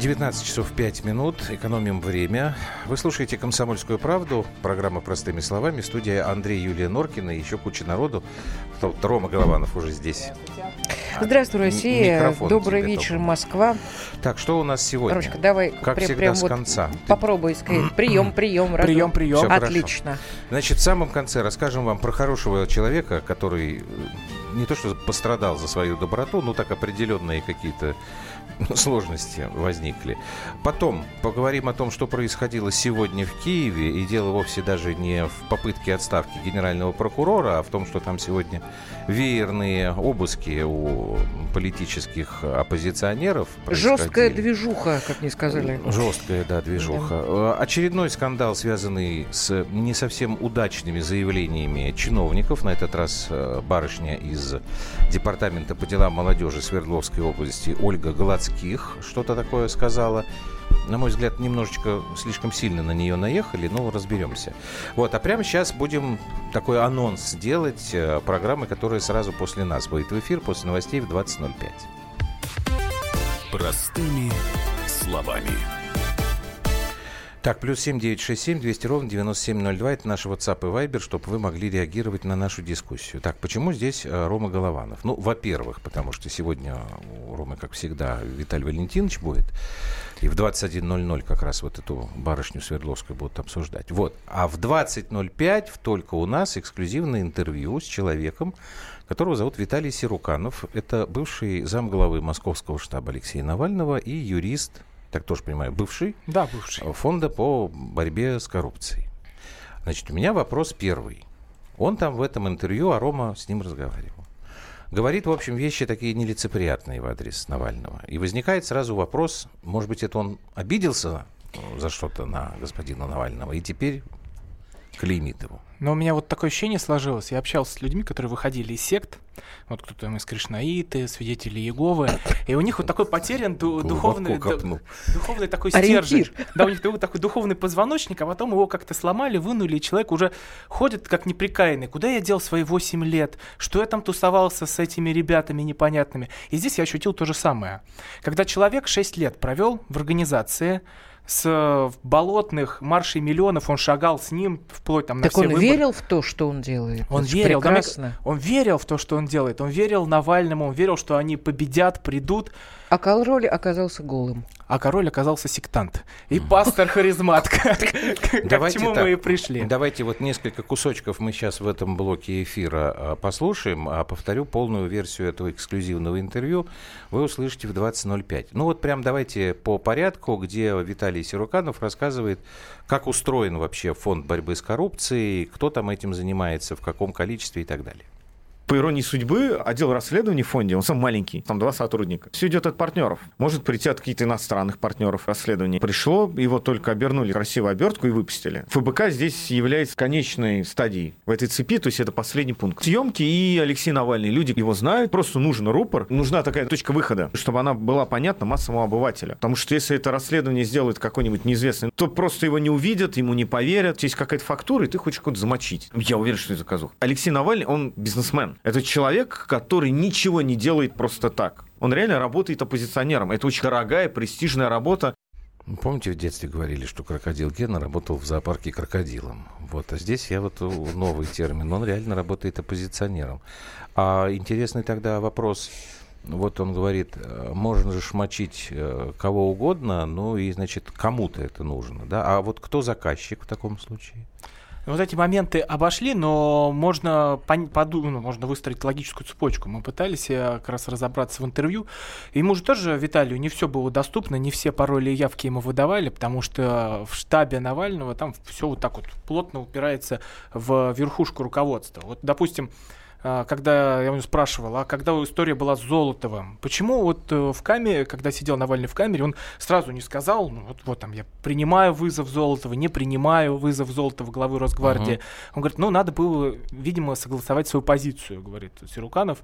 19 часов 5 минут. Экономим время. Вы слушаете «Комсомольскую правду». Программа «Простыми словами». Студия Андрей, Юлия Норкина и еще куча народу. Рома Голованов уже здесь. Здравствуй, Россия. Микрофон Добрый вечер, Москва. Так, что у нас сегодня? Ромочка, давай как всегда, с конца. Попробуй сказать. Прием. Прием. Отлично. Значит, в самом конце расскажем вам про хорошего человека, который не то что пострадал за свою доброту, но так определенные какие-то сложности возникли. Потом поговорим о том, что происходило сегодня в Киеве. И дело вовсе даже не в попытке отставки генерального прокурора, а в том, что там сегодня веерные обыски у политических оппозиционеров происходили. Жесткая движуха, как мне сказали. Жесткая, да, движуха. Да. Очередной скандал, связанный с не совсем удачными заявлениями чиновников. На этот раз барышня из Департамента по делам молодежи Свердловской области Ольга Гладских что-то такое сказала. На мой взгляд, немножечко слишком сильно на нее наехали, но разберемся. Вот, а прямо сейчас будем такой анонс делать программы, которая сразу после нас выйдет в эфир, после новостей в 20:05. Простыми словами. Так, +7 967 200 9702. Это наш WhatsApp и Viber, чтобы вы могли реагировать на нашу дискуссию. Так, почему здесь Рома Голованов? Ну, во-первых, потому что сегодня у Ромы, как всегда, Виталий Валентинович будет. И в 21:00 как раз вот эту барышню Свердловскую будут обсуждать. Вот. А в 20:05 только у нас эксклюзивное интервью с человеком, которого зовут Виталий Сируканов. Это бывший замглавы московского штаба Алексея Навального и юрист, так тоже понимаю, бывший, да, бывший фонда по борьбе с коррупцией. Значит, у меня вопрос первый. Он там в этом интервью, а Рома с ним разговаривал. Говорит, в общем, вещи такие нелицеприятные в адрес Навального. И возникает сразу вопрос, может быть, это он обиделся за что-то на господина Навального и теперь клеймит его. Но у меня вот такое ощущение сложилось. Я общался с людьми, которые выходили из сект. Вот кто-то там из Кришнаиты, свидетели Иеговы. И у них вот такой потерян духовный такой стержень. Да, у них такой духовный позвоночник, а потом его как-то сломали, вынули, и человек уже ходит как неприкаянный. Куда я дел свои 8 лет? Что я там тусовался с этими ребятами непонятными? И здесь я ощутил то же самое. Когда человек 6 лет провел в организации, с болотных маршей миллионов он шагал с ним вплоть там на все выборы. Так он верил в то, что он делает? Он верил. Он верил в то, что он делает. Он верил Навальному, он верил, что они победят, придут. А король оказался голым. А король оказался сектант. И пастор-харизмат. К чему мы и пришли. Давайте вот несколько кусочков мы сейчас в этом блоке эфира послушаем, а повторю, полную версию этого эксклюзивного интервью вы услышите в 20:05. Ну вот прям давайте по порядку, где Виталий Сируканов рассказывает, как устроен вообще фонд борьбы с коррупцией, кто там этим занимается, в каком количестве и так далее. По иронии судьбы, отдел расследований в фонде, он сам маленький, там 2 сотрудника. Все идет от партнеров. Может прийти от каких-то иностранных партнеров расследований. Пришло, его только обернули красивую обертку и выпустили. ФБК здесь является конечной стадией в этой цепи, то есть это последний пункт. Съемки и Алексей Навальный. Люди его знают, просто нужен рупор, нужна такая точка выхода, чтобы она была понятна массовому обывателю. Потому что если это расследование сделает какой-нибудь неизвестный, то просто его не увидят, ему не поверят. Есть какая-то фактура, и ты хочешь кого-то замочить. Я уверен, что это казуха. Алексей Навальный, он бизнесмен. Это человек, который ничего не делает просто так. Он реально работает оппозиционером. Это очень дорогая, престижная работа. Помните, в детстве говорили, что крокодил Гена работал в зоопарке крокодилом. Вот. А здесь я вот новый термин. Он реально работает оппозиционером. А интересный тогда вопрос. Вот он говорит, можно же мочить кого угодно, ну и, значит, кому-то это нужно. Да? А вот кто заказчик в таком случае? Вот эти моменты обошли, но можно выстроить логическую цепочку. Мы пытались как раз разобраться в интервью. Ему же тоже, Виталию, не все было доступно, не все пароли и явки ему выдавали, потому что в штабе Навального там все вот так вот плотно упирается в верхушку руководства. Вот, допустим, когда я у него спрашивал, а когда история была с Золотовым, почему вот в камере, когда сидел Навальный в камере, он сразу не сказал, вот там я принимаю вызов Золотова, не принимаю вызов Золотова, главы Росгвардии. Он говорит, надо было, видимо, согласовать свою позицию, говорит Сируканов.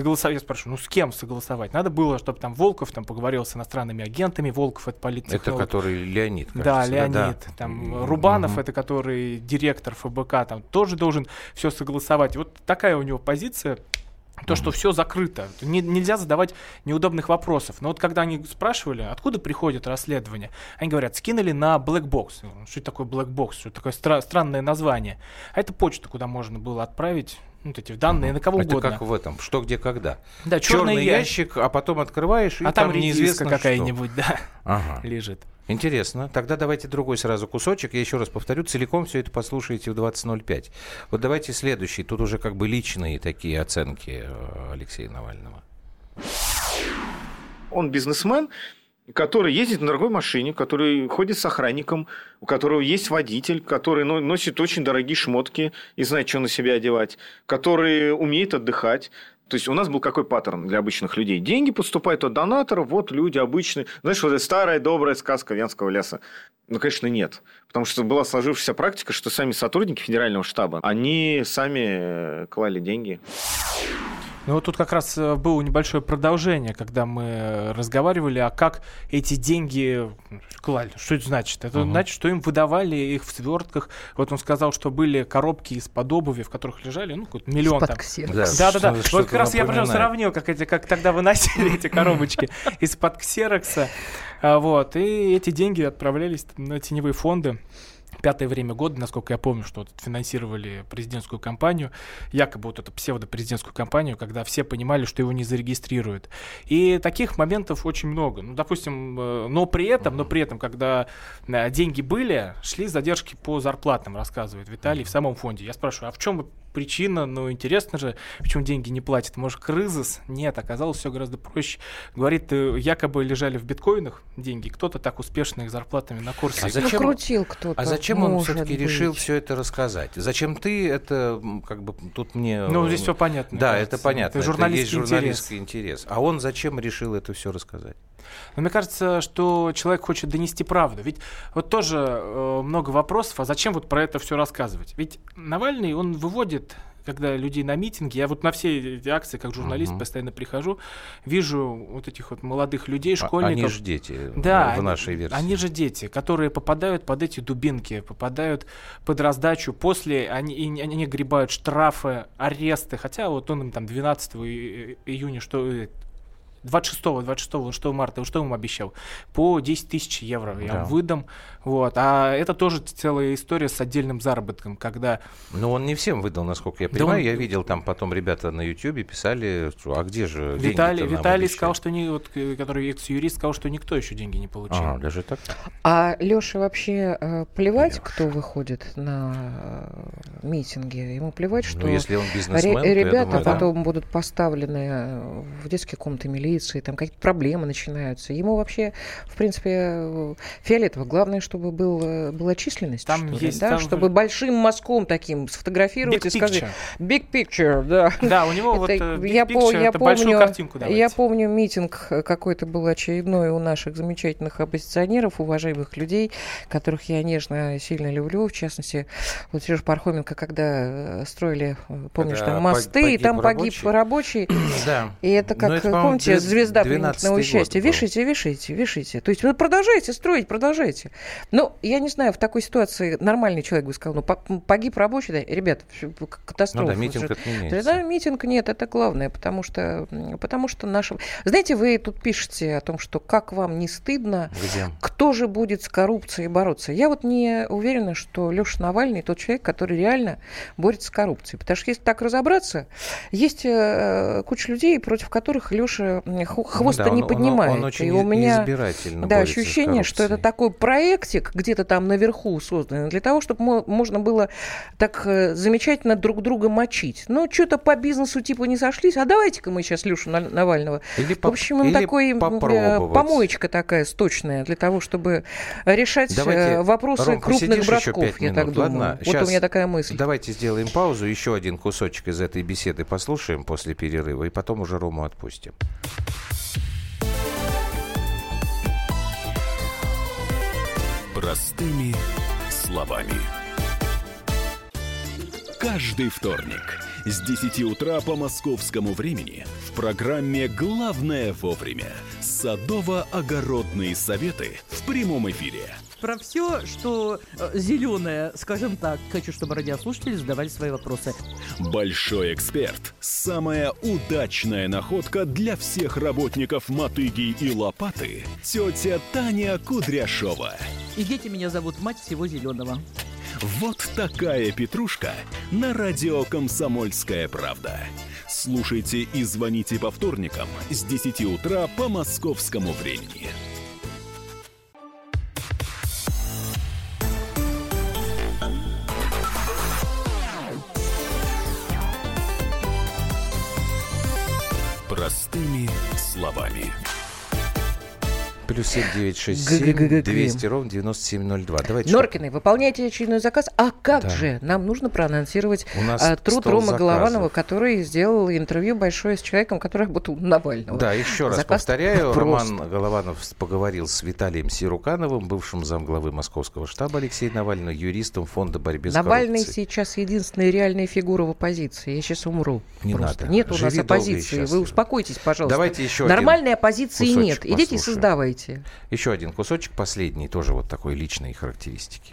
Я спрашиваю, с кем согласовать? Надо было, чтобы там Волков там поговорил с иностранными агентами, Волков это политтехнолог. Это который Леонид, кажется. Да, Леонид. Да. Там Рубанов, это который директор ФБК, там тоже должен все согласовать. Вот такая у него позиция. То, что все закрыто. Нельзя задавать неудобных вопросов. Но вот когда они спрашивали, откуда приходит расследование, они говорят, скинули на Black Box. Что это такое Black Box? Что это такое странное название? А это почта, куда можно было отправить вот эти данные на кого угодно. Это как в этом, что, где, когда. Да, черный ящик, а потом открываешь, и а там неизвестно какая-нибудь, да, лежит. Интересно. Тогда давайте другой сразу кусочек. Я еще раз повторю, целиком все это послушайте в 20:05. Вот давайте следующий. Тут уже как бы личные такие оценки Алексея Навального. Он бизнесмен, который ездит на дорогой машине, который ходит с охранником, у которого есть водитель, который носит очень дорогие шмотки и знает, что на себя одевать, который умеет отдыхать. То есть у нас был какой паттерн для обычных людей? Деньги поступают от донаторов, вот люди обычные. Знаешь, вот эта старая добрая сказка Венского леса. Ну, конечно, нет. Потому что была сложившаяся практика, что сами сотрудники федерального штаба, они сами клали деньги. Ну вот тут как раз было небольшое продолжение, когда мы разговаривали, а как эти деньги клали. Что это значит? Это значит, что им выдавали их в свертках. Вот он сказал, что были коробки из-под обуви, в которых лежали, какой-то миллион там. Да. Вот как раз я прям сравнил, как тогда выносили эти коробочки из-под ксерокса. Вот. И эти деньги отправлялись на теневые фонды. Пятое время года, насколько я помню, что вот финансировали президентскую кампанию, якобы вот эту псевдопрезидентскую кампанию, когда все понимали, что его не зарегистрируют. И таких моментов очень много. Ну, допустим, но при этом, когда деньги были, шли задержки по зарплатам, рассказывает Виталий в самом фонде. Я спрашиваю, а в чем причина? Ну, интересно же, почему деньги не платят? Может, кризис? Нет, оказалось все гораздо проще. Говорит, якобы лежали в биткоинах деньги, кто-то так успешно их зарплатами на курсе. А зачем, накрутил кто-то. А зачем он все-таки решил все это рассказать? Зачем ты это, как бы, тут мне... Ну, здесь все понятно. Да, это понятно. Это есть журналистский интерес. А он зачем решил это все рассказать? Но мне кажется, что человек хочет донести правду. Ведь вот тоже много вопросов, а зачем вот про это все рассказывать? Ведь Навальный, он выводит, когда людей на митинги, я вот на все эти акции, как журналист, постоянно прихожу, вижу вот этих вот молодых людей, школьников. Они же дети, да, в нашей версии. Они же дети, которые попадают под эти дубинки, попадают под раздачу. После они гребают штрафы, аресты. Хотя вот он им там 12 июня, 26 марта, что ему обещал? По 10 тысяч евро я вам выдам. Вот. А это тоже целая история с отдельным заработком, когда... Ну, он не всем выдал, насколько я понимаю. Я видел, там потом ребята на Ютьюбе писали, а где же деньги-то нам Виталий сказал, что который экс-юрист, сказал, что никто еще деньги не получил. Даже так? А Лёше вообще плевать, кто выходит на митинги? Ему плевать, что если он бизнесмен, ребята потом будут поставлены в детские комнаты милиции, там какие-то проблемы начинаются. Ему вообще, в принципе, фиолетово. Главное, чтобы была численность. Там есть, да? Чтобы большим мазком таким сфотографировать и сказать «Big picture», да. Да, у него вот big picture, это большую картинку давайте. Я помню митинг какой-то был очередной у наших замечательных оппозиционеров, уважаемых людей, которых я нежно сильно люблю. В частности, вот Сережа Пархоменко, когда строили, помнишь, там мосты, и там погиб рабочий. Да. И это как, помните, звезда пленительного счастья. Вешайте. То есть вы продолжаете строить, продолжайте. Ну, я не знаю, в такой ситуации нормальный человек бы сказал, погиб рабочий, да, ребят, катастрофа. Ну да, митинг отменяется. Да, митинг нет, это главное, потому что наши... Знаете, вы тут пишете о том, что как вам не стыдно, кто же будет с коррупцией бороться. Я вот не уверена, что Леша Навальный тот человек, который реально борется с коррупцией. Потому что если так разобраться, есть куча людей, против которых Леша хвоста не поднимает. Он очень и у меня избирательно борется ощущение, что это такой проектик где-то там наверху создан для того, чтобы можно было так замечательно друг друга мочить. Ну, что-то по бизнесу типа не сошлись, а давайте-ка мы сейчас Лешу Навального. В общем, он такой помоечка такая сточная для того, чтобы решать вопросы крупных братков, я так думаю. Ладно, вот у меня такая мысль. Давайте сделаем паузу, еще один кусочек из этой беседы послушаем после перерыва, и потом уже Рому отпустим. Простыми словами. Каждый вторник с 10 утра по московскому времени в программе «Главное вовремя» садово-огородные советы в прямом эфире. про все, что зеленое, скажем так. Хочу, чтобы радиослушатели задавали свои вопросы. Большой эксперт. Самая удачная находка для всех работников «Мотыги» и «Лопаты» — тетя Таня Кудряшова. И дети меня зовут мать всего зеленого. Вот такая петрушка на радио «Комсомольская правда». Слушайте и звоните по вторникам с 10 утра по московскому времени. Простыми словами. Плюс 7967 200 ровно 9702. Давайте. Норкины, выполняйте очередной заказ. А как же? Нам нужно проанонсировать труд Ромы Голованова, который сделал интервью большое с человеком, который работал у Навального. Да, еще раз повторяю. Роман Голованов поговорил с Виталием Сирукановым, бывшим замглавы московского штаба Алексея Навального, юристом Фонда борьбы с коррупцией. Навальный сейчас единственная реальная фигура в оппозиции. Я сейчас умру. Не надо. Нет у нас оппозиции. Вы успокойтесь, пожалуйста. Давайте еще нормальной оппозиции нет. Идите послушаем. создавайте. Еще один кусочек, последний, тоже вот такой личной характеристики.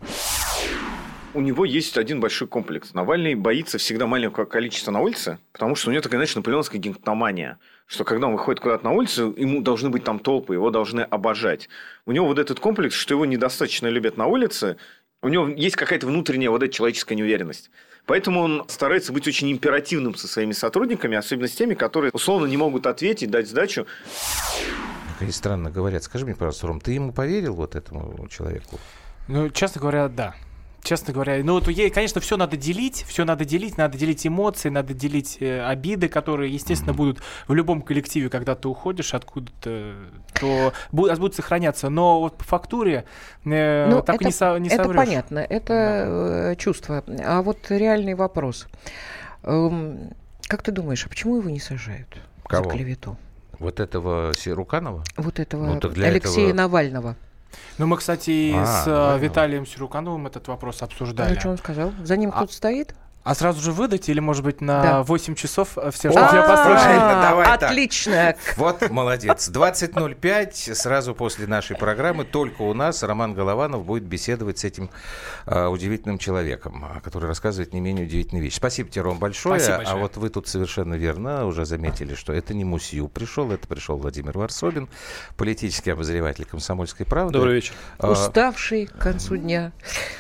У него есть один большой комплекс. Навальный боится всегда маленького количества на улице, потому что у него такая, знаешь, наполеоновская гигантомания, что когда он выходит куда-то на улицу, ему должны быть там толпы, его должны обожать. У него вот этот комплекс, что его недостаточно любят на улице, у него есть какая-то внутренняя вот эта человеческая неуверенность. Поэтому он старается быть очень императивным со своими сотрудниками, особенно с теми, которые условно не могут ответить, дать сдачу. Они странно говорят. Скажи мне, пожалуйста, Ром, ты ему поверил, вот этому человеку? Ну, честно говоря, да. Честно говоря, ну, вот ей, конечно, все надо делить эмоции, надо делить обиды, которые, естественно, будут в любом коллективе, когда ты уходишь откуда-то, то будут сохраняться. Но вот по фактуре так это, не соврешь. Это понятно, это чувство. А вот реальный вопрос. Как ты думаешь, а почему его не сажают? Кого? За клевету? Вот этого Сируканова? Вот этого Алексея Навального. Ну, мы, кстати, с Виталием Сирукановым этот вопрос обсуждали. Ну, что он сказал? За ним кто-то стоит? А сразу же выдать или, может быть, на 8 часов все, что тебя послушали? Отлично. Вот, молодец. 20:05, сразу после нашей программы, только у нас Роман Голованов будет беседовать с этим удивительным человеком, который рассказывает не менее удивительные вещи. Спасибо тебе, Ром, большое. Спасибо большое. А вот вы тут совершенно верно уже заметили, что это не Мусью пришел, это пришел Владимир Варсобин, политический обозреватель «Комсомольской правды». Добрый вечер. Уставший к концу дня.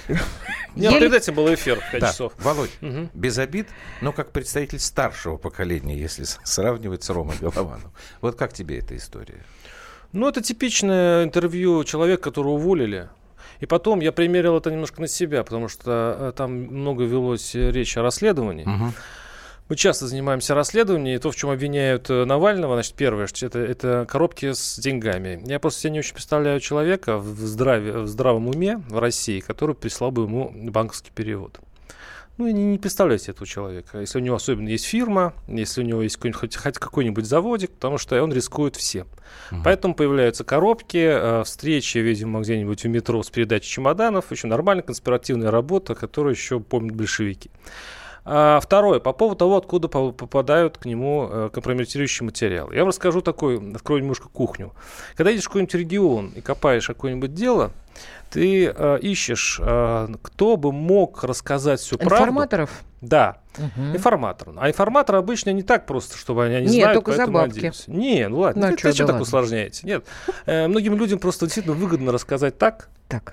Нет, перед этим был эфир в 5 часов. Володь, без обид, но как представитель старшего поколения, если сравнивать с Ромой Головановым. Вот как тебе эта история? Ну, это типичное интервью человека, которого уволили. И потом я примерил это немножко на себя, потому что там много велось речь о расследовании. Мы часто занимаемся расследованием, и то, в чем обвиняют Навального, значит, первое, это коробки с деньгами. Я просто себе не очень представляю человека в здравом уме в России, который прислал бы ему банковский перевод. Ну, я не представляю себе этого человека. Если у него особенно есть фирма, если у него есть хоть какой-нибудь заводик, потому что он рискует всем. Поэтому появляются коробки, встречи, видимо, где-нибудь в метро с передачей чемоданов. Еще нормальная конспиративная работа, которую еще помнят большевики. Второе, по поводу того, откуда попадают к нему компрометирующие материалы. Я вам расскажу открою немножко кухню. Когда едешь в какой-нибудь регион и копаешь какое-нибудь дело, ты ищешь, кто бы мог рассказать всю правду. Информаторов? Да, информаторов. А информаторы обычно не так просто, чтобы они знают, только за бабки. Не, ну ладно, зачем так усложняете? Нет, многим людям просто действительно выгодно рассказать так,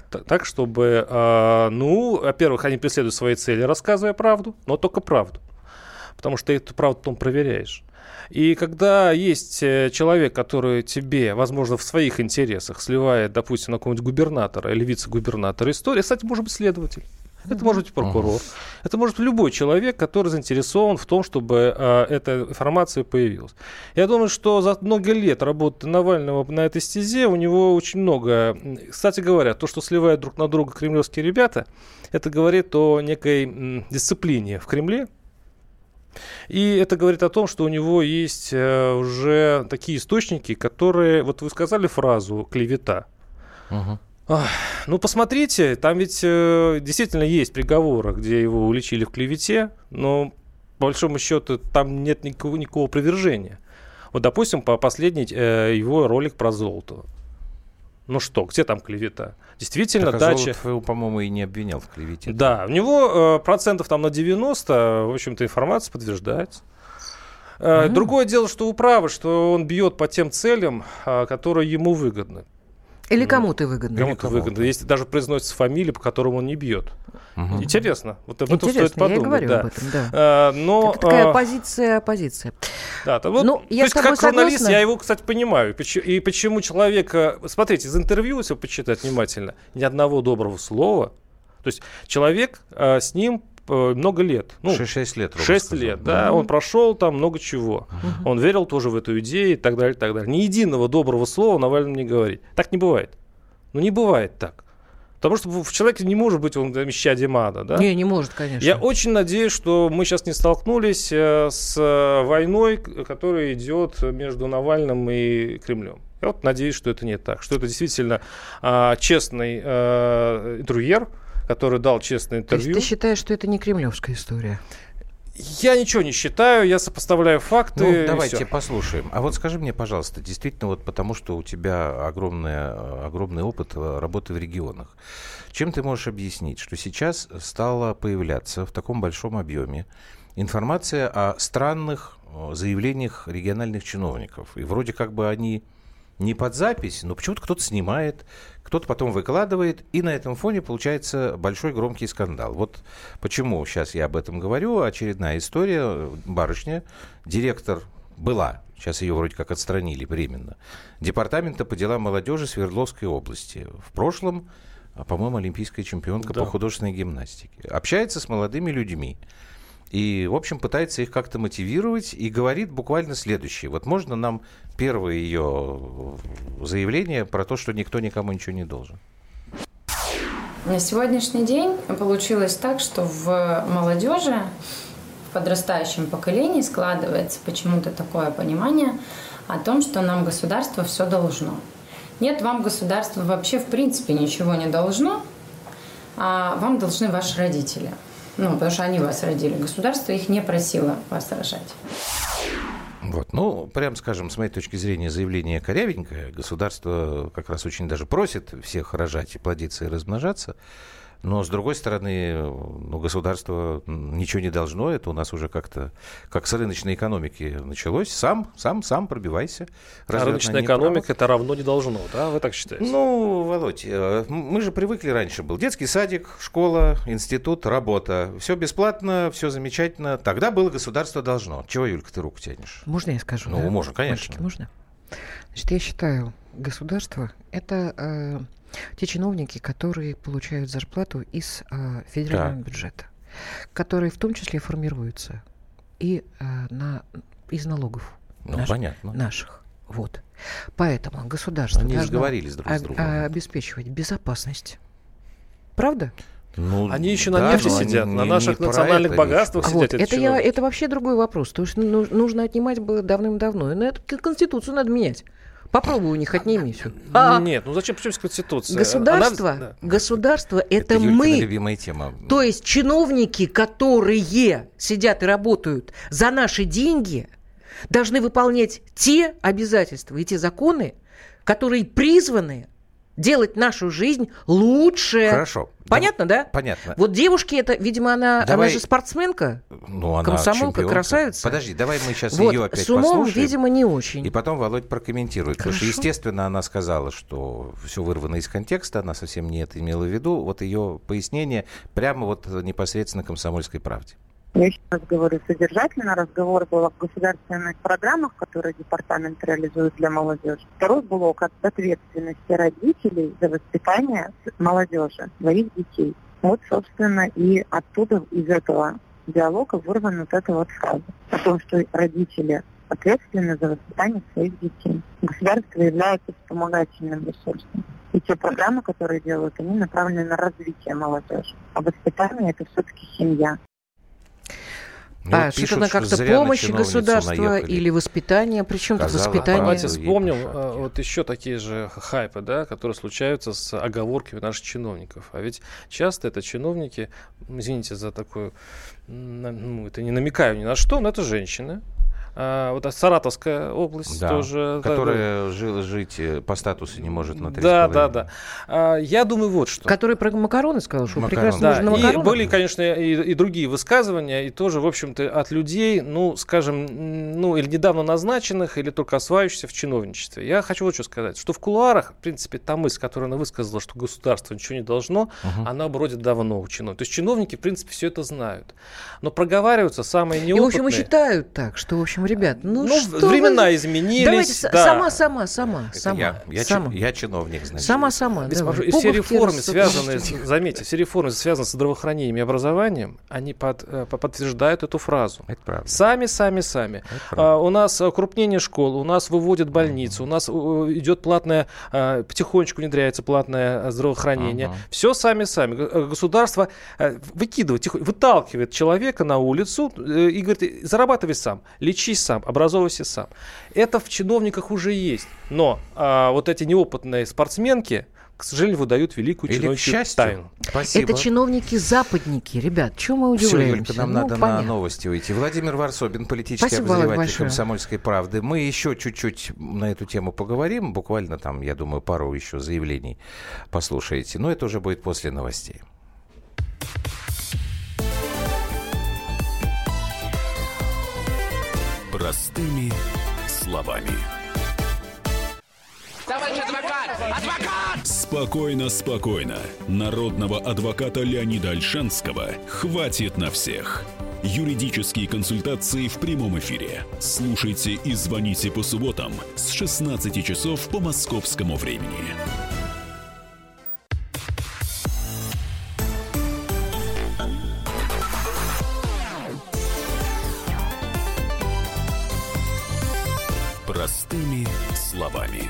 чтобы, во-первых, они преследуют свои цели, рассказывая правду, но только правду. Потому что ты эту правду потом проверяешь. И когда есть человек, который тебе, возможно, в своих интересах сливает, допустим, на какого-нибудь губернатора или вице-губернатора истории, кстати, может быть следователь. Это может быть прокурор. Это может быть любой человек, который заинтересован в том, чтобы эта информация появилась. Я думаю, что за много лет работы Навального на этой стезе у него очень много... Кстати говоря, то, что сливают друг на друга кремлевские ребята, это говорит о некой дисциплине в Кремле. И это говорит о том, что у него есть уже такие источники, которые... Вот вы сказали фразу «клевета». Ну, посмотрите, там ведь действительно есть приговоры, где его уличили в клевете, но, по большому счету, там нет никакого опровержения. Вот, допустим, по последний его ролик про Золотого. Ну что, где там клевета? Действительно, так, дача... Золотов его, по-моему, и не обвинял в клевете. Да, у него процентов там на 90, в общем-то, информация подтверждается. Другое дело, что вы правы, что он бьет по тем целям, которые ему выгодны. Или кому-то выгодно. Кому-то выгодно. Если даже произносится фамилия, по которому он не бьет. Интересно. Вот об этом Интересно, стоит подумать. Я говорю да. об этом, да. Но, это такая оппозиция. Да, вот, ну, я то есть, как журналист, я его, кстати, понимаю. И почему человека... Смотрите, из интервью, если почитать внимательно, ни одного доброго слова. То есть человек с ним много лет. 6 лет. 6 лет, да. Он прошел там много чего. Он верил тоже в эту идею и так далее, и так далее. Ни единого доброго слова Навальному не говорит. Так не бывает. Ну, не бывает так. Потому что в человеке не может быть он исчадием ада, да? Не может, конечно. Я очень надеюсь, что мы сейчас не столкнулись с войной, которая идет между Навальным и Кремлем. Я вот надеюсь, что это не так. Что это действительно честный интервьюер, который дал честное интервью. То есть ты считаешь, что это не кремлевская история? Я ничего не считаю, я сопоставляю факты. Ну, давайте послушаем. А вот скажи мне, пожалуйста, действительно, вот потому что у тебя огромный опыт работы в регионах. Чем ты можешь объяснить, что сейчас стала появляться в таком большом объеме информация о странных заявлениях региональных чиновников? И вроде как бы они не под запись, но почему-то кто-то снимает, кто-то потом выкладывает, и на этом фоне получается большой громкий скандал. Вот почему сейчас я об этом говорю. Очередная история. Барышня, директор была, сейчас ее вроде как отстранили временно, Департамента по делам молодежи Свердловской области. В прошлом, по-моему, олимпийская чемпионка по художественной гимнастике. Общается с молодыми людьми. И, в общем, пытается их как-то мотивировать и говорит буквально следующее. Вот можно нам первое ее заявление про то, что никто никому ничего не должен? На сегодняшний день получилось так, что в молодежи, в подрастающем поколении складывается почему-то такое понимание о том, что нам государство все должно. Нет, вам государство вообще в принципе ничего не должно, а вам должны ваши родители. Ну, потому что они вас родили. Государство их не просило вас рожать. Вот, ну, прям скажем, с моей точки зрения, заявление корявенькое. Государство как раз очень даже просит всех рожать и плодиться и размножаться. Но, с другой стороны, ну, государство ничего не должно. Это у нас уже как-то, как с рыночной экономики началось. Сам пробивайся. А рыночная экономика это равно не должно, да? Вы так считаете? Ну, Володь, мы же привыкли раньше. Был детский садик, школа, институт, работа. Все бесплатно, все замечательно. Тогда было государство должно. Чего, Юлька, ты руку тянешь? Можно я скажу? Ну, да? можно, конечно. Мальчики, можно? Значит, я считаю, государство – это те чиновники, которые получают зарплату из федерального бюджета, которые в том числе формируются и из налогов наших. Вот. Поэтому государство Они должно сговорились друг с другом. обеспечивать безопасность. Правда? Ну, они еще на нефти сидят, на наших национальных богатствах сидят. Вот. Это вообще другой вопрос. То есть нужно отнимать было давным-давно. И эту Конституцию надо менять. Попробуй у них отними все. Нет, ну зачем почему Конституция? Государство это мы. Любимая тема. То есть чиновники, которые сидят и работают за наши деньги, должны выполнять те обязательства и те законы, которые призваны делать нашу жизнь лучше. Хорошо. Понятно, да? Понятно. Вот девушке это, видимо, она же спортсменка, комсомолка, красавица. Подожди, давай мы сейчас вот, ее опять с умом, послушаем. видимо, не очень. И потом Володь прокомментирует. Хорошо. Потому что, естественно, она сказала, что все вырвано из контекста, она совсем не это имела в виду. Вот ее пояснение прямо вот непосредственно «Комсомольской правде». Я сейчас говорю содержательно. Разговор был о государственных программах, которые департамент реализует для молодежи. Второй блок от ответственности родителей за воспитание молодежи, своих детей. Вот, собственно, и оттуда, из этого диалога вырвана вот эта вот фраза о том, что родители ответственны за воспитание своих детей. Государство является вспомогательным ресурсом. И те программы, которые делают, они направлены на развитие молодежи. А воспитание – это все-таки семья. Ну, что-то как-то помощи государства или воспитание. Причем тут воспитание? Давайте вспомним вот еще такие же хайпы, да, которые случаются с оговорками наших чиновников. А ведь часто это чиновники, извините за такую, это не намекаю ни на что, но это женщины. Вот Саратовская область тоже. Которая жить по статусу не может на 3,5. Да. Я думаю, вот что. Который про макароны сказал, что прекрасно можно на макароны. И были, конечно, и другие высказывания, и тоже, в общем-то, от людей, скажем, или недавно назначенных, или только осваивающихся в чиновничестве. Я хочу вот что сказать, что в кулуарах, в принципе, та мысль, которую она высказала, что государство ничего не должно, она бродит давно у чиновников. То есть чиновники, в принципе, все это знают. Но проговариваются самые неопытные. И, в общем, и считают так, что, в общем, ребят, времена изменились. Давайте Я чиновник, значит. Сама. Все реформы, связанные с здравоохранением и образованием, они подтверждают эту фразу. Это правда. Сами. У нас крупнение школ, у нас выводят больницы, у нас идет платное, потихонечку внедряется платное здравоохранение. Все сами. Государство выталкивает человека на улицу и говорит: зарабатывай сам, лечись сам, образовывайся сам. Это в чиновниках уже есть. Но вот эти неопытные спортсменки, к сожалению, выдают великую чиновничью тайну. Спасибо. Это чиновники-западники. Ребят, чего мы удивляемся? Все, Юлька, нам надо на новости уйти. Владимир Варсобин, политический обозреватель «Комсомольской правды». Мы еще чуть-чуть на эту тему поговорим. Буквально там, я думаю, пару еще заявлений послушаете. Но это уже будет после новостей. Простыми словами. Товарищ адвокат! Адвокат! Спокойно. Народного адвоката Леонида Ольшанского хватит на всех. Юридические консультации в прямом эфире. Слушайте и звоните по субботам с 16 часов по московскому времени. Простыми словами.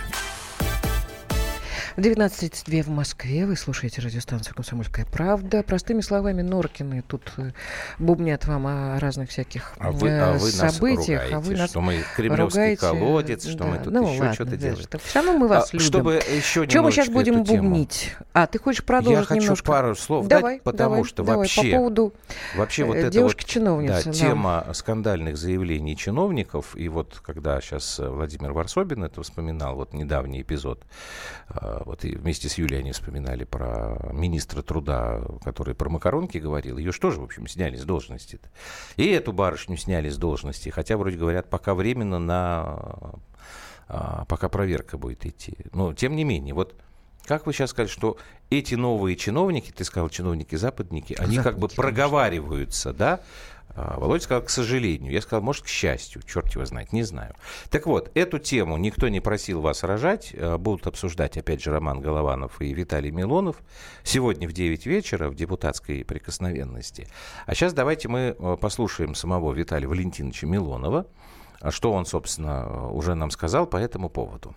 19:32 в Москве. Вы слушаете радиостанцию «Комсомольская правда». Простыми словами, Норкины тут бубнят вам о разных всяких событиях. А вы нас что мы кремлевский колодец, что мы тут еще что-то делаем. Все равно мы вас любим. Чтобы еще что мы сейчас будем бубнить? Ты хочешь продолжить немножко? Я хочу пару слов дать, потому что вообще по поводу вот девушки-чиновницы. Тема скандальных заявлений чиновников. И вот когда сейчас Владимир Варсобин это вспоминал, вот недавний эпизод, вот и вместе с Юлей они вспоминали про министра труда, который про макаронки говорил. Ее что же, в общем, сняли с должности-то? И эту барышню сняли с должности. Хотя, вроде говорят, пока временно, пока проверка будет идти. Но, тем не менее, вот как вы сейчас сказали, что эти новые чиновники, ты сказал, чиновники-западники, они как бы проговариваются, да? Володя сказал, к сожалению. Я сказал, может, к счастью. Черт его знает, не знаю. Так вот, эту тему никто не просил вас рожать. Будут обсуждать, опять же, Роман Голованов и Виталий Милонов. Сегодня в 9 вечера в депутатской прикосновенности. А сейчас давайте мы послушаем самого Виталия Валентиновича Милонова. Что он, собственно, уже нам сказал по этому поводу.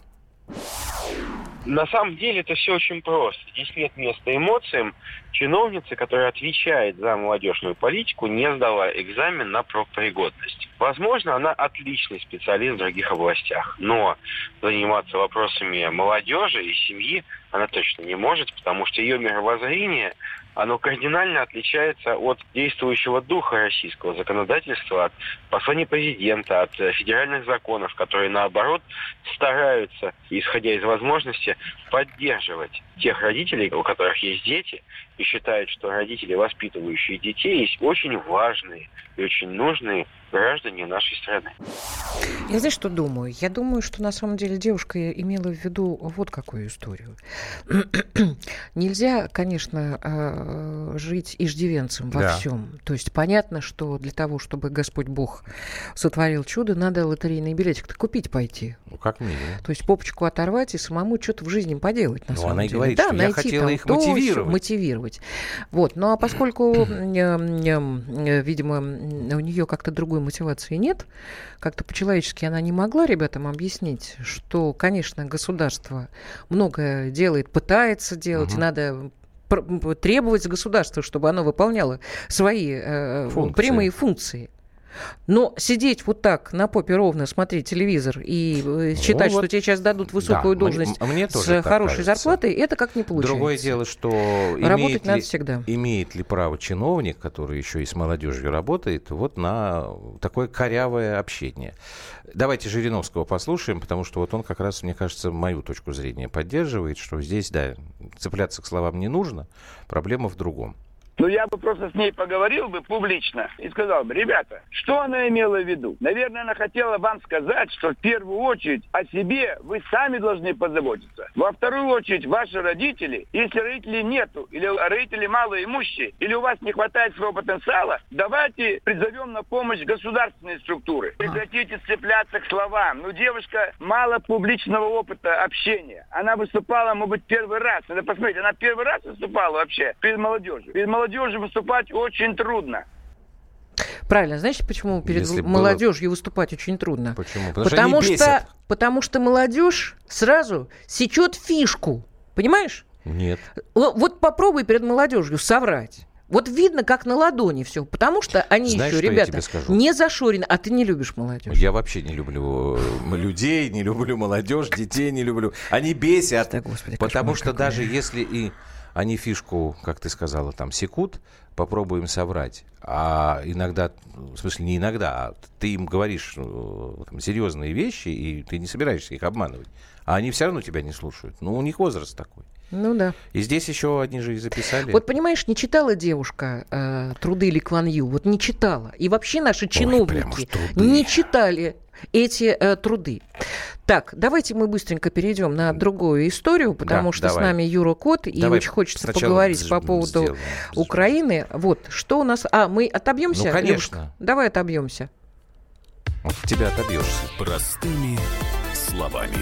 На самом деле это все очень просто. Здесь нет места эмоциям. Чиновница, которая отвечает за молодежную политику, не сдала экзамен на профпригодность. Возможно, она отличный специалист в других областях, но заниматься вопросами молодежи и семьи она точно не может, потому что ее мировоззрение, оно кардинально отличается от действующего духа российского законодательства, от послания президента, от федеральных законов, которые, наоборот, стараются, исходя из возможности, поддерживать тех родителей, у которых есть дети, и считают, что родители, воспитывающие детей, есть очень важные и очень нужные граждане нашей страны. Я знаешь, что думаю? Я думаю, что на самом деле девушка имела в виду вот какую историю. Нельзя, конечно, жить иждивенцем во всем. То есть понятно, что для того, чтобы Господь Бог сотворил чудо, надо лотерейный билетик-то купить пойти. Ну, как минимум. То есть попочку оторвать и самому что-то в жизни поделать, на самом она деле. И говорит, что я хотела их мотивировать. Вот. Ну, а поскольку, видимо, у нее как-то другой мотивации нет, как-то по-человечески она не могла ребятам объяснить, что, конечно, государство многое делает, пытается делать, и надо требовать с государства, чтобы оно выполняло свои прямые функции. Но сидеть вот так на попе ровно, смотреть телевизор и считать, что тебе сейчас дадут высокую должность мне с хорошей зарплатой, это как не получается. Другое дело, что работать надо всегда. Имеет ли право чиновник, который еще и с молодежью работает, вот на такое корявое общение. Давайте Жириновского послушаем, потому что вот он как раз, мне кажется, мою точку зрения поддерживает, что здесь, да, цепляться к словам не нужно, проблема в другом. Ну, я бы просто с ней поговорил бы публично и сказал бы: ребята, что она имела в виду? Наверное, она хотела вам сказать, что в первую очередь о себе вы сами должны позаботиться. Во вторую очередь ваши родители, если родителей нету, или родители малоимущие, или у вас не хватает своего потенциала, давайте призовем на помощь государственные структуры. Прекратите цепляться к словам. Ну, девушка мало публичного опыта общения. Она выступала, может быть, первый раз. Надо посмотреть, она первый раз выступала вообще перед молодежью. Перед молодежью выступать очень трудно. Правильно. Знаете, почему перед молодежью выступать очень трудно? Почему? Потому что молодежь сразу сечет фишку. Понимаешь? Нет. Вот попробуй перед молодежью соврать. Вот видно, как на ладони все. Потому что они еще, ребята, не зашорены. А ты не любишь молодежь. Я вообще не люблю людей, не люблю молодежь, детей не люблю. Они бесят. Да, Господи, потому что даже если и они фишку, как ты сказала, там секут, попробуем соврать. А иногда, в смысле не иногда, а ты им говоришь там, серьезные вещи, и ты не собираешься их обманывать. А они все равно тебя не слушают. Ну, у них возраст такой. Ну да. И здесь еще одни же и записали. Вот понимаешь, не читала девушка труды Ли Куан Ю. Вот не читала. И вообще наши чиновники не читали эти труды. Так, давайте мы быстренько перейдем на другую историю, потому что с нами Юра Кот, и очень хочется поговорить по поводу Украины. Вот, что у нас... мы отобьемся? Ну, конечно. Девушка? Давай отобьемся. Вот тебя отобьешься. Простыми словами.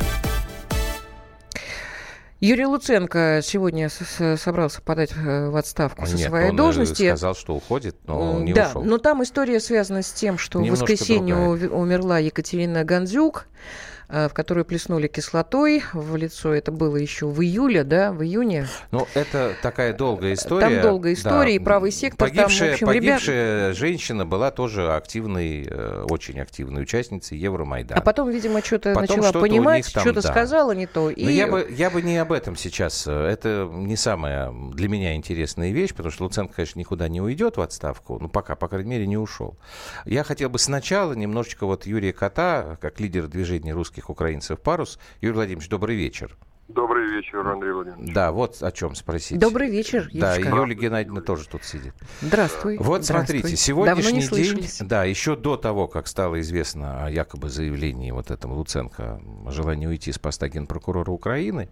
Юрий Луценко сегодня собрался подать в отставку со своей должности. Он сказал, что уходит, но не Да, ушел. но там история связана с тем, что в воскресенье умерла Екатерина Гандзюк, в которую плеснули кислотой в лицо. Это было еще в июле, да, в июне. Ну, это такая долгая история. Там долгая история, да. И правый сектор. Погибшая женщина была тоже активной, очень активной участницей Евромайдана. А потом, видимо, что-то начала понимать, что-то сказала не то. Но я бы не об этом сейчас. Это не самая для меня интересная вещь, потому что Луценко, конечно, никуда не уйдет в отставку. Ну, пока, по крайней мере, не ушел. Я хотел бы сначала немножечко вот Юрия Кота, как лидера движения русских украинцев «Парус». Юрий Владимирович, добрый вечер. Добрый вечер, Андрей Владимирович. Да, вот о чем спросить. Добрый вечер, Юрочка. Да, и Юлия Геннадьевна тоже тут сидит. Здравствуй. Вот смотрите, сегодняшний день, да, еще до того, как стало известно о якобы заявлении вот этого Луценко о желании уйти с поста генпрокурора Украины,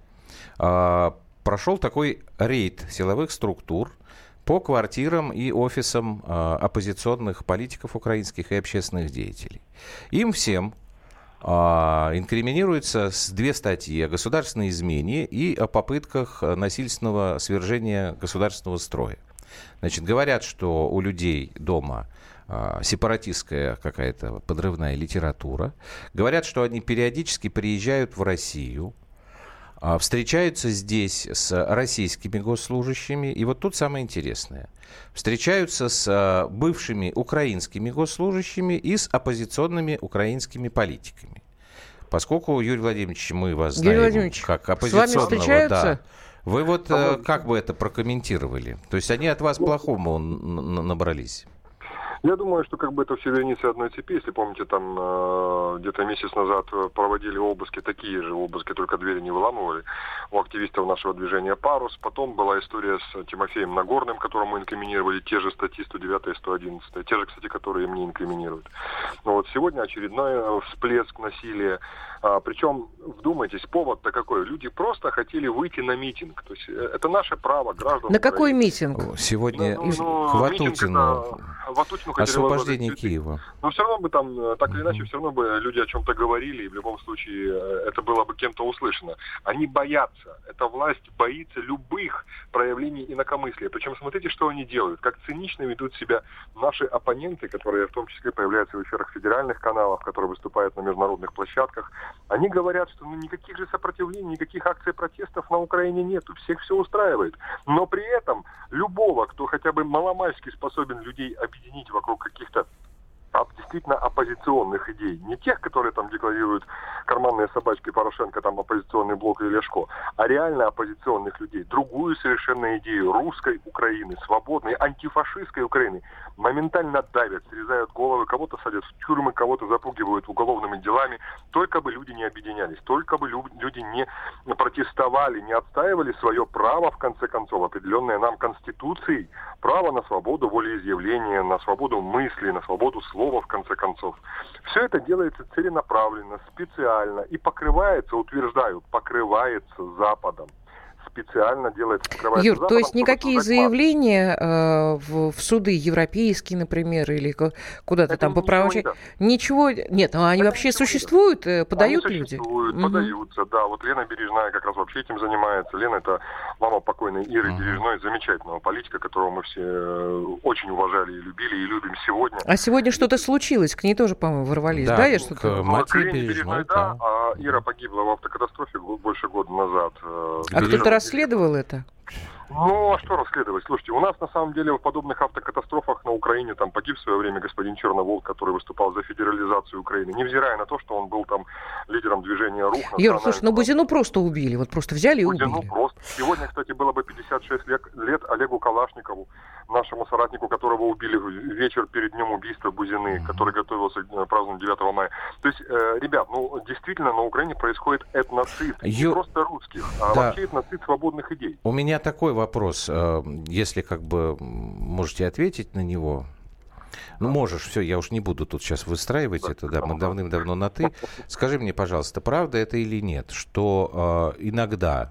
прошел такой рейд силовых структур по квартирам и офисам оппозиционных политиков украинских и общественных деятелей. Им всем инкриминируется 2 статьи о государственной измене и о попытках насильственного свержения государственного строя. Значит, говорят, что у людей дома сепаратистская какая-то подрывная литература. Говорят, что они периодически приезжают в Россию, встречаются здесь с российскими госслужащими. И вот тут самое интересное. Встречаются с бывшими украинскими госслужащими и с оппозиционными украинскими политиками. Поскольку, Юрий Владимирович, мы вас знаем как оппозиционного, да, вы вот как бы это прокомментировали? То есть они от вас плохому набрались? Я думаю, что как бы это все вереницы одной цепи. Если помните, там где-то месяц назад проводили обыски, такие же обыски, только двери не выламывали, у активистов нашего движения «Парус». Потом была история с Тимофеем Нагорным, которому инкриминировали те же статьи 109 и 111, те же, кстати, которые мне инкриминируют. Но вот сегодня очередной всплеск насилия. Причем, вдумайтесь, повод-то какой? Люди просто хотели выйти на митинг. То есть это наше право, граждан. На какой митинг? Сегодня к Ватутину. Освобождение Киева. Но все равно бы там, так или иначе, все равно бы люди о чем-то говорили, и в любом случае это было бы кем-то услышано. Они боятся. Эта власть боится любых проявлений инакомыслия. Причем смотрите, что они делают. Как цинично ведут себя наши оппоненты, которые в том числе появляются в эфирах федеральных каналов, которые выступают на международных площадках. Они говорят, что никаких же сопротивлений, никаких акций протестов на Украине нету. Всех все устраивает. Но при этом любого, кто хотя бы маломальски способен людей объединить вокруг каких-то действительно оппозиционных идей. Не тех, которые там декларируют карманные собачки Порошенко, там оппозиционный блок или Ляшко, а реально оппозиционных людей. Другую совершенно идею русской Украины, свободной, антифашистской Украины моментально давят, срезают головы, кого-то садят в тюрьмы, кого-то запугивают уголовными делами. Только бы люди не объединялись, только бы люди не протестовали, не отстаивали свое право, в конце концов, определенное нам Конституцией, право на свободу волеизъявления, на свободу мысли, на свободу слова, в конце концов. Все это делается целенаправленно, специально и покрывается, утверждаю, покрывается Западом. Специально делается, покрывается Юр, Западом. то есть никакие заявления в суды европейские, например, или куда-то там по правам человека, ничего... Нет, они это вообще существуют, подают они люди? Подаются, да. Вот Лена Бережная как раз вообще этим занимается. Лена — это мама покойной Иры Бережной, замечательного политика, которого мы все очень уважали и любили, и любим сегодня. А сегодня что-то случилось, к ней тоже, по-моему, ворвались, да? Я что-то... Матери Бережной, да. А Ира погибла в автокатастрофе больше года назад. А кто-то расследовал это? Ну, а что расследовать? Слушайте, у нас на самом деле в подобных автокатастрофах на Украине там погиб в свое время господин Черновол, который выступал за федерализацию Украины, невзирая на то, что он был там лидером движения РУХ. Юр, слушай, ну Бузину просто убили, вот просто взяли и убили. Бузину просто. Сегодня, кстати, было бы 56 лет Олегу Калашникову, нашему соратнику, которого убили вечер перед днем убийства Бузины, который готовился к празднованию 9 мая. То есть, ребят, ну, действительно, на Украине происходит этноцид. Не просто русских, а вообще этноцид свободных идей. У меня такой вопрос, если как бы можете ответить на него. Ну, можешь, все, я уж не буду тут сейчас выстраивать это, да, мы давным-давно на «ты». Скажи мне, пожалуйста, правда это или нет, что иногда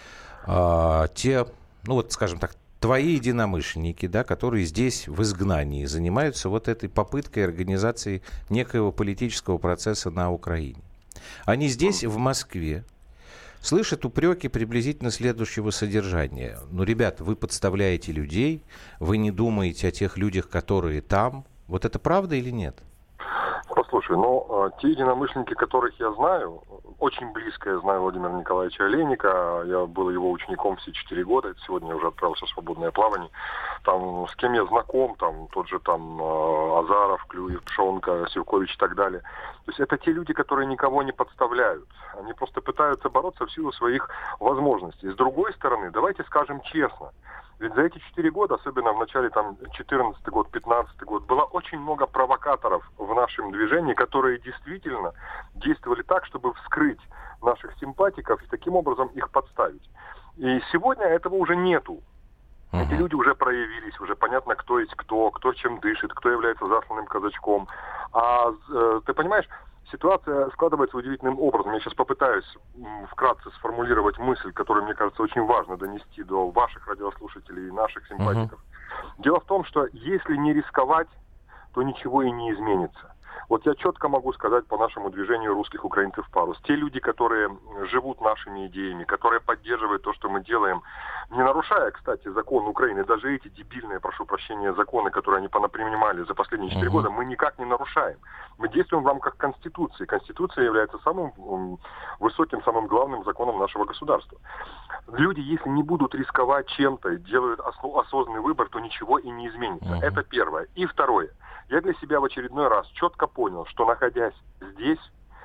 те, ну вот, скажем так, твои единомышленники, да, которые здесь в изгнании занимаются вот этой попыткой организации некоего политического процесса на Украине. Они здесь, в Москве, слышат упреки приблизительно следующего содержания. Ну, ребят, вы подставляете людей, вы не думаете о тех людях, которые там. Вот это правда или нет? Послушай, те единомышленники, которых я знаю, очень близко я знаю Владимира Николаевича Олейника, я был его учеником все 4 года, сегодня я уже отправился в свободное плавание, там, с кем я знаком, там, тот же там Азаров, Клюев, Пшонка, Сивкович и так далее. То есть это те люди, которые никого не подставляют, они просто пытаются бороться в силу своих возможностей. С другой стороны, давайте скажем честно, ведь за эти 4 года, особенно в начале там 14 год, 15 год, было очень много провокаторов в нашем движении, которые действительно действовали так, чтобы вскрыть наших симпатиков и таким образом их подставить. И сегодня этого уже нету. Эти люди уже проявились, уже понятно, кто есть кто чем дышит, кто является засланным казачком. А ты понимаешь, ситуация складывается удивительным образом. Я сейчас попытаюсь вкратце сформулировать мысль, которую, мне кажется, очень важно донести до ваших радиослушателей и наших симпатиков. Дело в том, что если не рисковать, то ничего и не изменится. Вот я четко могу сказать по нашему движению русских украинцев «Парус». Те люди, которые живут нашими идеями, которые поддерживают то, что мы делаем, не нарушая, кстати, закон Украины, даже эти дебильные, прошу прощения, законы, которые они понапринимали за последние 4 года, мы никак не нарушаем. Мы действуем в рамках Конституции. Конституция является самым высоким, самым главным законом нашего государства. Люди, если не будут рисковать чем-то и делают осознанный выбор, то ничего и не изменится. Это первое. И второе. Я для себя в очередной раз четко понял, что, находясь здесь,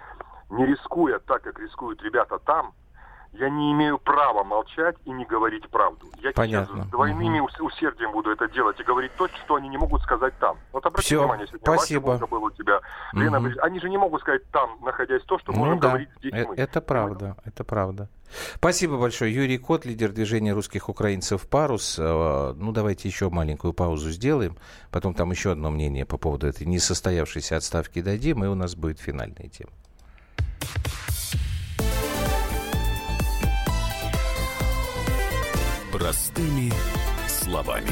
не рискуя так, как рискуют ребята там, я не имею права молчать и не говорить правду. Я сейчас с двойным усердием буду это делать и говорить то, что они не могут сказать там. Вот обрати внимание, сегодня Вася был у тебя, Лена, они же не могут сказать там, находясь то, что можем говорить здесь мы. Это правда, это правда. Спасибо большое. Юрий Кот, лидер движения русских украинцев «Парус». Ну, давайте еще маленькую паузу сделаем. Потом там еще одно мнение по поводу этой несостоявшейся отставки дадим, и у нас будет финальная тема. Простыми словами.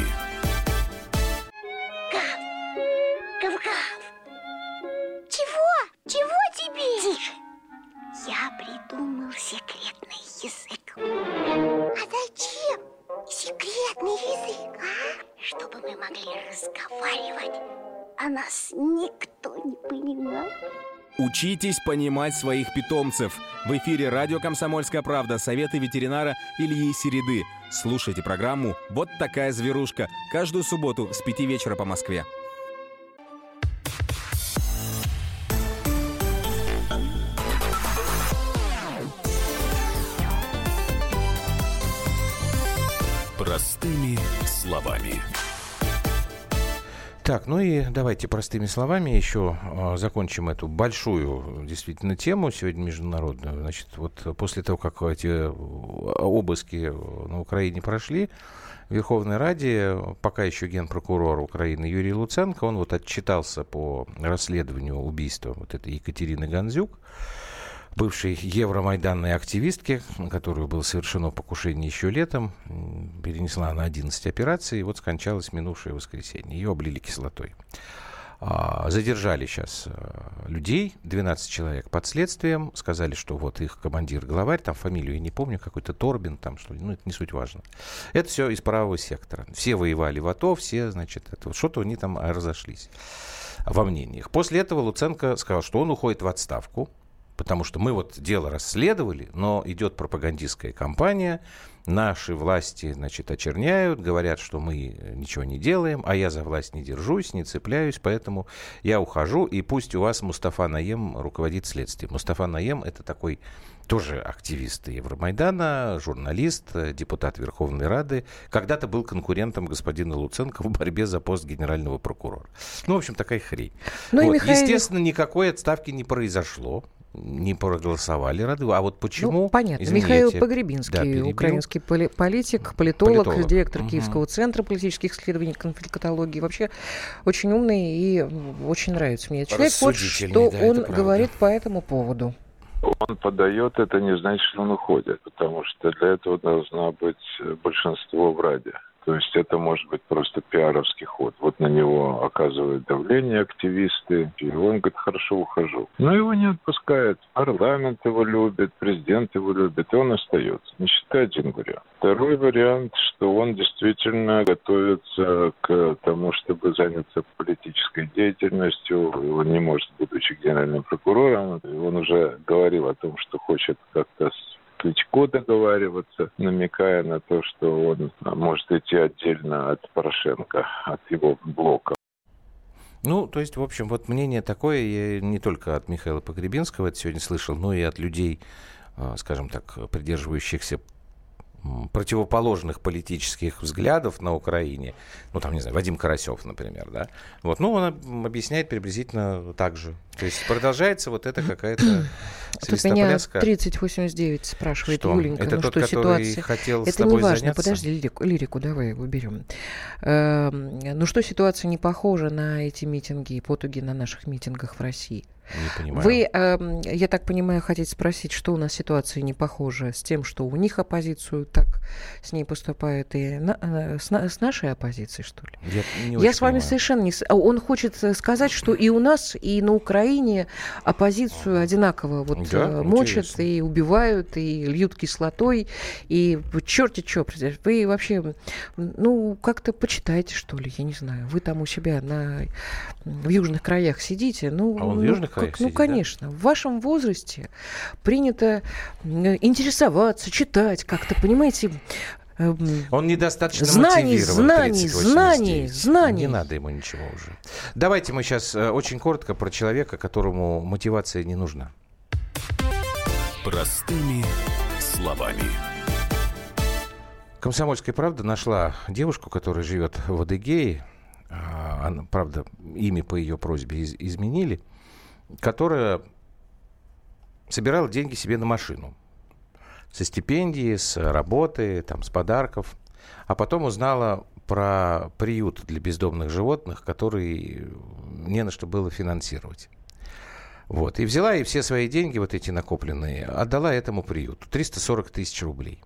Гав-гав. Чего? Чего тебе? Тише. Я придумал секретный язык. А зачем секретный язык, а? Чтобы мы могли разговаривать, а нас никто не понимал. Учитесь понимать своих питомцев. В эфире радио «Комсомольская правда», советы ветеринара Ильи Середы. Слушайте программу «Вот такая зверушка» каждую субботу с 5 вечера по Москве. словами. Так, ну и давайте простыми словами еще закончим эту большую действительно тему сегодня международную. Значит, вот после того, как эти обыски на Украине прошли, в Верховной Раде пока еще генпрокурор Украины Юрий Луценко, он вот отчитался по расследованию убийства вот этой Екатерины Гандзюк, бывшей евромайданной активистки, на которую было совершено покушение еще летом. Перенесла на 11 операций, и вот скончалась в минувшее воскресенье. Ее облили кислотой. Задержали сейчас людей, 12 человек под следствием. Сказали, что вот их командир-главарь, там фамилию я не помню, какой-то Торбин, там что ли, ну это не суть важно. Это все из правого сектора. Все воевали в АТО, все, значит, это, что-то они там разошлись во мнениях. После этого Луценко сказал, что он уходит в отставку, потому что мы вот дело расследовали, но идет пропагандистская кампания, наши власти, значит, очерняют, говорят, что мы ничего не делаем, а я за власть не держусь, не цепляюсь, поэтому я ухожу, и пусть у вас Мустафа Наем руководит следствием. Мустафа Наем — это такой тоже активист Евромайдана, журналист, депутат Верховной Рады, когда-то был конкурентом господина Луценко в борьбе за пост генерального прокурора. Ну, в общем, такая хрень. Вот. Естественно, никакой отставки не произошло. Не проголосовали Рады. А вот почему... Ну, понятно. Извините, Михаил Погребинский, украинский политик, политолог, директор Киевского центра политических исследований, конфликтологии. Вообще очень умный и очень нравится мне. Человек, вот что он говорит по этому поводу. Он подает, это не значит, что он уходит, потому что для этого должно быть большинство в Раде. То есть это может быть просто пиаровский ход. Вот на него оказывают давление активисты, и он говорит, хорошо, ухожу. Но его не отпускают. Парламент его любит, президент его любит, и он остается. Значит, это один вариант. Второй вариант, что он действительно готовится к тому, чтобы заняться политической деятельностью. Он не может, будучи генеральным прокурором, он уже говорил о том, что хочет как-то с Кличко договариваться, намекая на то, что он может идти отдельно от Порошенко, от его блока. Ну, то есть, в общем, вот мнение такое, я не только от Михаила Погребинского это сегодня слышал, но и от людей, скажем так, придерживающихся противоположных политических взглядов на Украине, ну, там, не знаю, Вадим Карасев, например, да, вот, ну, он объясняет приблизительно так же. То есть продолжается вот эта какая-то свистопляска. Тут меня 3089 спрашивает, что? Юленька, это ну тот, что, ситуация... хотел это с тобой не важно, заняться? Подожди, лирику давай уберем. Ну что, ситуация не похожа на эти митинги и потуги на наших митингах в России? Не понимаю. Вы, я так понимаю, хотите спросить, что у нас ситуация не похожа с тем, что у них оппозицию так с ней поступают, и с нашей оппозицией, что ли? Я с вами совершенно не... Он хочет сказать, что и у нас, и на Украине оппозицию одинаково вот, да, мочат, интересно. И убивают, и льют кислотой, и черти что. Вы вообще, ну, как-то почитайте, что ли, я не знаю. Вы там у себя в южных краях сидите. Ну, а он в южных краях сидит, конечно. Да? В вашем возрасте принято интересоваться, читать как-то, понимаете... Он недостаточно мотивирован. Знаний. Не надо ему ничего уже. Давайте мы сейчас очень коротко про человека, которому мотивация не нужна. Простыми словами. «Комсомольская правда» нашла девушку, которая живет в Адыгее. Она, правда, имя по ее просьбе изменили. Которая собирала деньги себе на машину. Со стипендии, с работы, там, с подарков. А потом узнала про приют для бездомных животных, который не на что было финансировать. Вот. И взяла и все свои деньги, вот эти накопленные, отдала этому приюту. 340 тысяч рублей.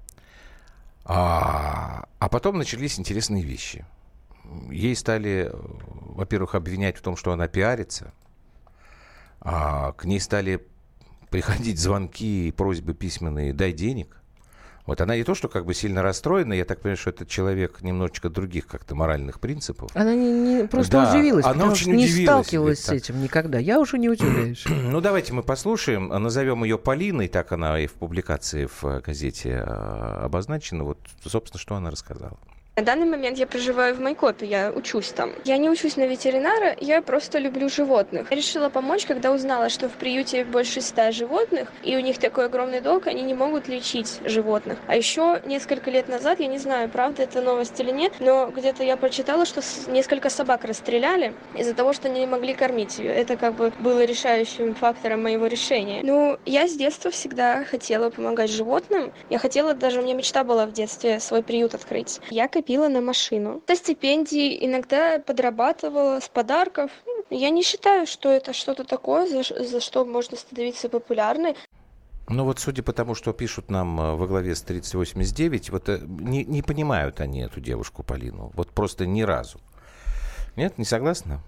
А потом начались интересные вещи. Ей стали, во-первых, обвинять в том, что она пиарится. А к ней стали приходить звонки и просьбы письменные «дай денег». Вот она не то, что как бы сильно расстроена, я так понимаю, что этот человек немножечко других как-то моральных принципов. Она не просто да, удивилась, она потому очень что не удивилась, сталкивалась с этим никогда. Я уже не удивляюсь. Ну, давайте мы послушаем, назовем ее Полиной, так она и в публикации в газете обозначена. Вот, собственно, что она рассказала. На данный момент я проживаю в Майкопе, я учусь там. Я не учусь на ветеринара, я просто люблю животных. Я решила помочь, когда узнала, что в приюте больше 100 животных, и у них такой огромный долг, они не могут лечить животных. А еще несколько лет назад, я не знаю, правда это новость или нет, но где-то я прочитала, что несколько собак расстреляли из-за того, что они не могли кормить ее. Это как бы было решающим фактором моего решения. Ну, я с детства всегда хотела помогать животным. Я хотела даже, у меня мечта была в детстве свой приют открыть. Я копила на машину. Со стипендий иногда подрабатывала с подарков. Я не считаю, что это что-то такое, за что можно становиться популярной. Ну вот судя по тому, что пишут нам во главе с 3089, вот не понимают они эту девушку Полину. Вот просто ни разу. Нет, не согласна?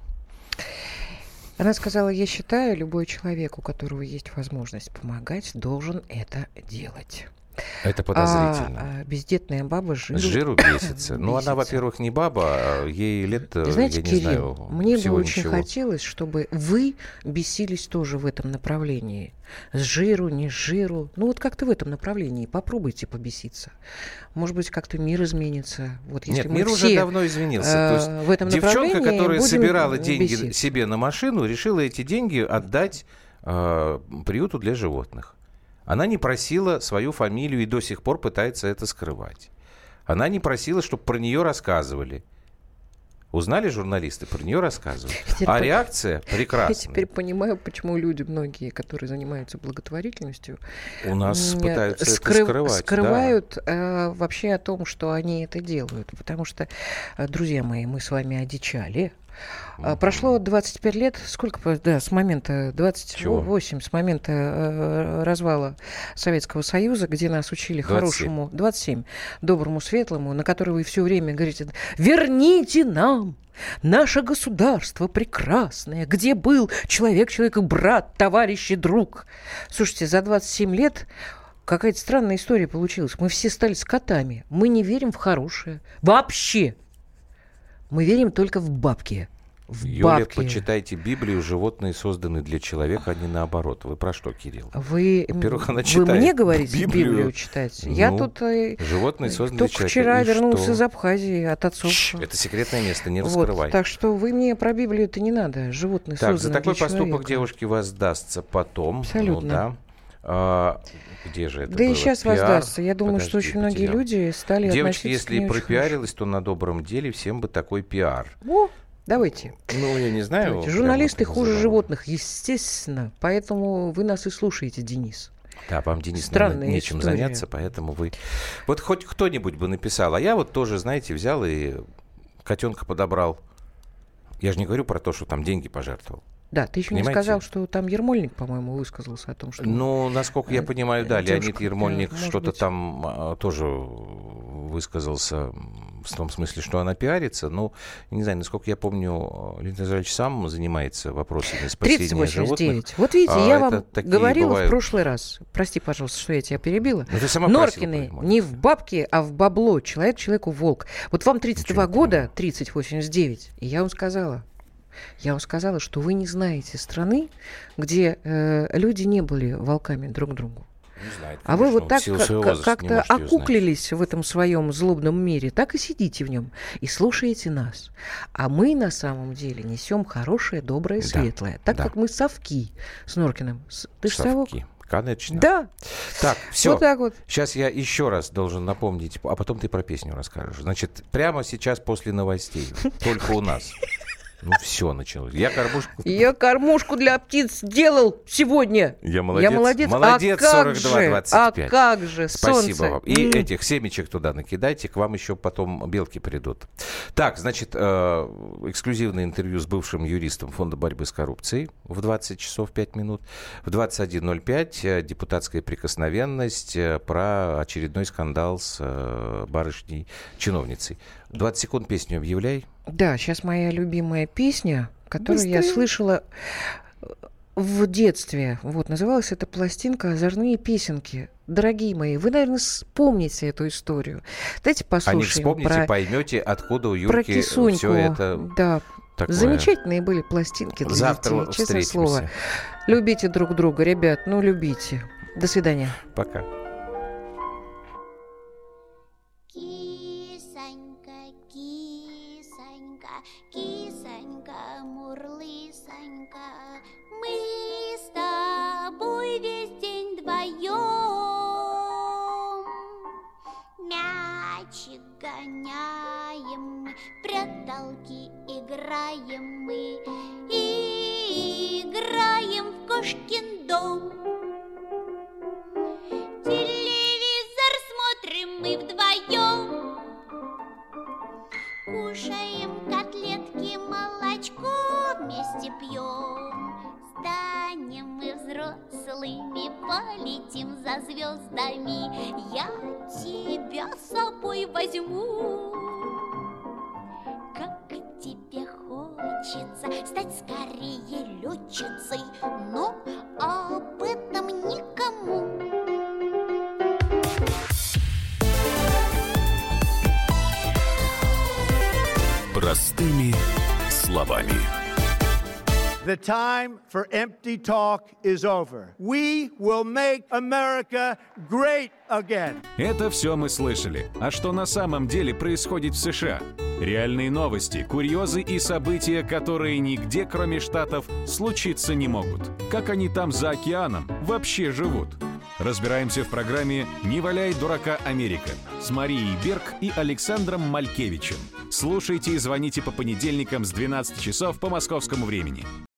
Она сказала, я считаю, любой человек, у которого есть возможность помогать, должен это делать. Это подозрительно. Бездетная баба с жиру бесится. Ну, она, во-первых, не баба, ей лет, знаете, я не Кирилл, знаю, мне бы очень ничего. хотелось, чтобы вы бесились тоже в этом направлении. С жиру, не с жиру. Ну, вот как-то в этом направлении. Попробуйте побеситься. Может быть, как-то мир изменится. Вот если Нет, мир уже давно изменился. То есть в этом девчонка, которая собирала деньги беситься. себе на машину, решила эти деньги отдать приюту для животных. Она не просила свою фамилию и до сих пор пытается это скрывать. Она не просила, чтобы про нее рассказывали. Узнали журналисты, про нее рассказывают. А реакция прекрасная. Я теперь понимаю, почему люди, многие, которые занимаются благотворительностью, у нас пытаются это скрывать. Скрывают вообще о том, что они это делают. Потому что, друзья мои, мы с вами одичали. Прошло 25 лет, сколько, да, с момента 28, с момента развала Советского Союза, где нас учили 27. Хорошему, 27, доброму, светлому, на который вы все время говорите, верните нам наше государство прекрасное, где был человек, брат, товарищ и друг. Слушайте, за 27 лет какая-то странная история получилась. Мы все стали скотами, мы не верим в хорошее, вообще. Мы верим только в бабки. Юля, почитайте Библию. Животные созданы для человека, а не наоборот. Вы про что, Кирилл? Во-первых, она читает. Вы мне говорите Библию читать? Я тут... Животные созданы для человека. Только вчера вернулся из Абхазии от отцов. Это секретное место, не раскрывай. Так что вы мне про Библию-то не надо. Животные созданы за такой для человека. поступок девушке воздастся потом. Абсолютно. Где же это да было? И сейчас воздастся. Я думаю, что очень многие люди стали девочки, относиться к ней если и пропиарилась, хорошо. то на добром деле всем бы такой пиар. Давайте. Ну, я не знаю. Давайте. Журналисты хуже животных, естественно. Поэтому вы нас и слушаете, Денис. Да, вам, Денис, наверное, нечем заняться, поэтому вы... Вот хоть кто-нибудь бы написал. А я вот тоже, знаете, взял и котенка подобрал. Я же не говорю про то, что там деньги пожертвовал. Да, ты еще не сказал, что там Ермольник, по-моему, высказался о том, что... Ну, насколько я понимаю, да, Леонид Ермольник что-то там тоже высказался в том смысле, что она пиарится. Но, не знаю, насколько я помню, Леонид Израилевич сам занимается вопросами спасения животных. Вот видите, я вам говорила в прошлый раз. Прости, пожалуйста, что я тебя перебила. Норкины не в бабке, а в бабло. Человек человеку волк. Вот вам 32 года, 30-89, и я вам сказала, что вы не знаете страны, где люди не были волками друг другу. Знает, а вы вот так как-то окуклились в этом своем злобном мире, так и сидите в нем и слушаете нас. А мы на самом деле несем хорошее, доброе, светлое. Так как мы совки с Норкиным. Ты же совок? Конечно. Да. Так, все. Вот так вот. Сейчас я еще раз должен напомнить, а потом ты про песню расскажешь. Значит, прямо сейчас после новостей, только у нас. Ну, все началось. Я кормушку для птиц сделал сегодня. Я молодец. Молодец, 42-25. А как же, спасибо солнце. вам. И этих семечек туда накидайте, к вам еще потом белки придут. Так, значит, эксклюзивное интервью с бывшим юристом Фонда борьбы с коррупцией в 20 часов 5 минут. В 21:05 депутатская прикосновенность про очередной скандал с барышней-чиновницей. 20 секунд песню объявляй. Да, сейчас моя любимая песня, которую я слышала в детстве. Вот, называлась эта пластинка «Озорные песенки». Дорогие мои, вы, наверное, вспомните эту историю. Давайте послушаем. А не вспомните, поймете, откуда у Юрки все это... Да, такое. Замечательные были пластинки для Завтра детей, честное слово. Любите друг друга, ребят, любите. До свидания. Пока. Кисонька, кошкин дом. Телевизор смотрим мы вдвоем, кушаем котлетки, молочко вместе пьем. Станем мы взрослыми, полетим за звездами. Я тебя с собой возьму. Как тебе хочется стать скорее летчицей, но об этом никому. Простыми словами. The time for empty talk is over. We will make America great again. Это все мы слышали. А что на самом деле происходит в США? Реальные новости, курьезы и события, которые нигде, кроме Штатов, случиться не могут. Как они там за океаном вообще живут? Разбираемся в программе «Не валяй дурака, Америка» с Марией Берг и Александром Малькевичем. Слушайте и звоните по понедельникам с 12 часов по московскому времени.